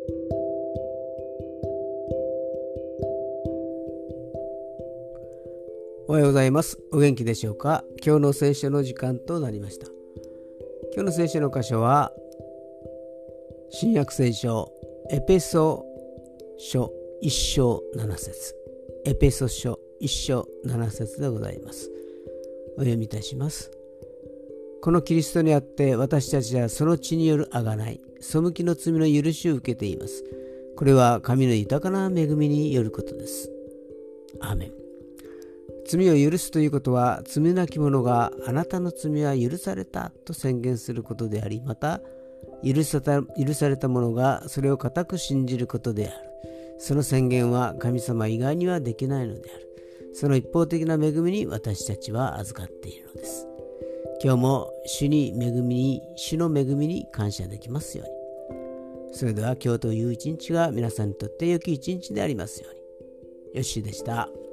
おはようございます。お元気でしょうか。今日の聖書の時間となりました。今日の聖書の箇所は新約聖書エペソ書1章7節、エペソ書1章7節でございます。お読みいたします。このキリストにあって私たちはその血による贖い、背きの罪の許しを受けています。これは神の豊かな恵みによることです。アーメン。罪を許すということは、罪なき者があなたの罪は許されたと宣言することであり、また許された者がそれを固く信じることである。その宣言は神様以外にはできないのである。その一方的な恵みに私たちは預かっているのです。今日も主の恵みに感謝できますように。それでは今日という一日が皆さんにとって良き一日でありますように。よっしーでした。